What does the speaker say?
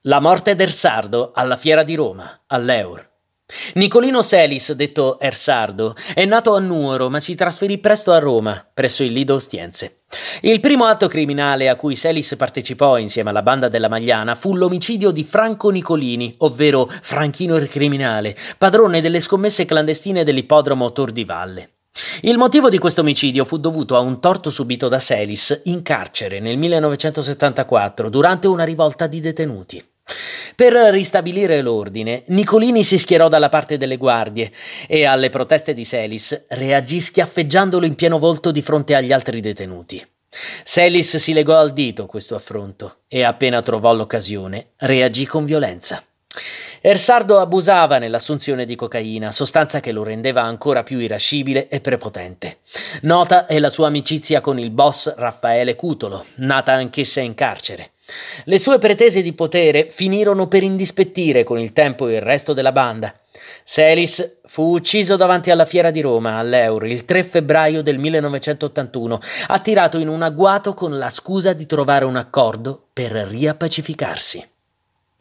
La morte d'Ersardo alla Fiera di Roma, all'Eur. Nicolino Selis, detto Ersardo, è nato a Nuoro ma si trasferì presto a Roma, presso il Lido Ostiense. Il primo atto criminale a cui Selis partecipò insieme alla banda della Magliana fu l'omicidio di Franco Nicolini, ovvero Franchino il Criminale, padrone delle scommesse clandestine dell'ippodromo Tor di Valle. Il motivo di questo omicidio fu dovuto a un torto subito da Selis in carcere nel 1974 durante una rivolta di detenuti. Per ristabilire l'ordine, Nicolini si schierò dalla parte delle guardie e alle proteste di Selis reagì schiaffeggiandolo in pieno volto di fronte agli altri detenuti. Selis si legò al dito questo affronto e appena trovò l'occasione reagì con violenza. Ersardo abusava nell'assunzione di cocaina, sostanza che lo rendeva ancora più irascibile e prepotente. Nota è la sua amicizia con il boss Raffaele Cutolo, nata anch'essa in carcere. Le sue pretese di potere finirono per indispettire con il tempo il resto della banda. Selis fu ucciso davanti alla Fiera di Roma, all'Eur, il 3 febbraio del 1981, attirato in un agguato con la scusa di trovare un accordo per riappacificarsi.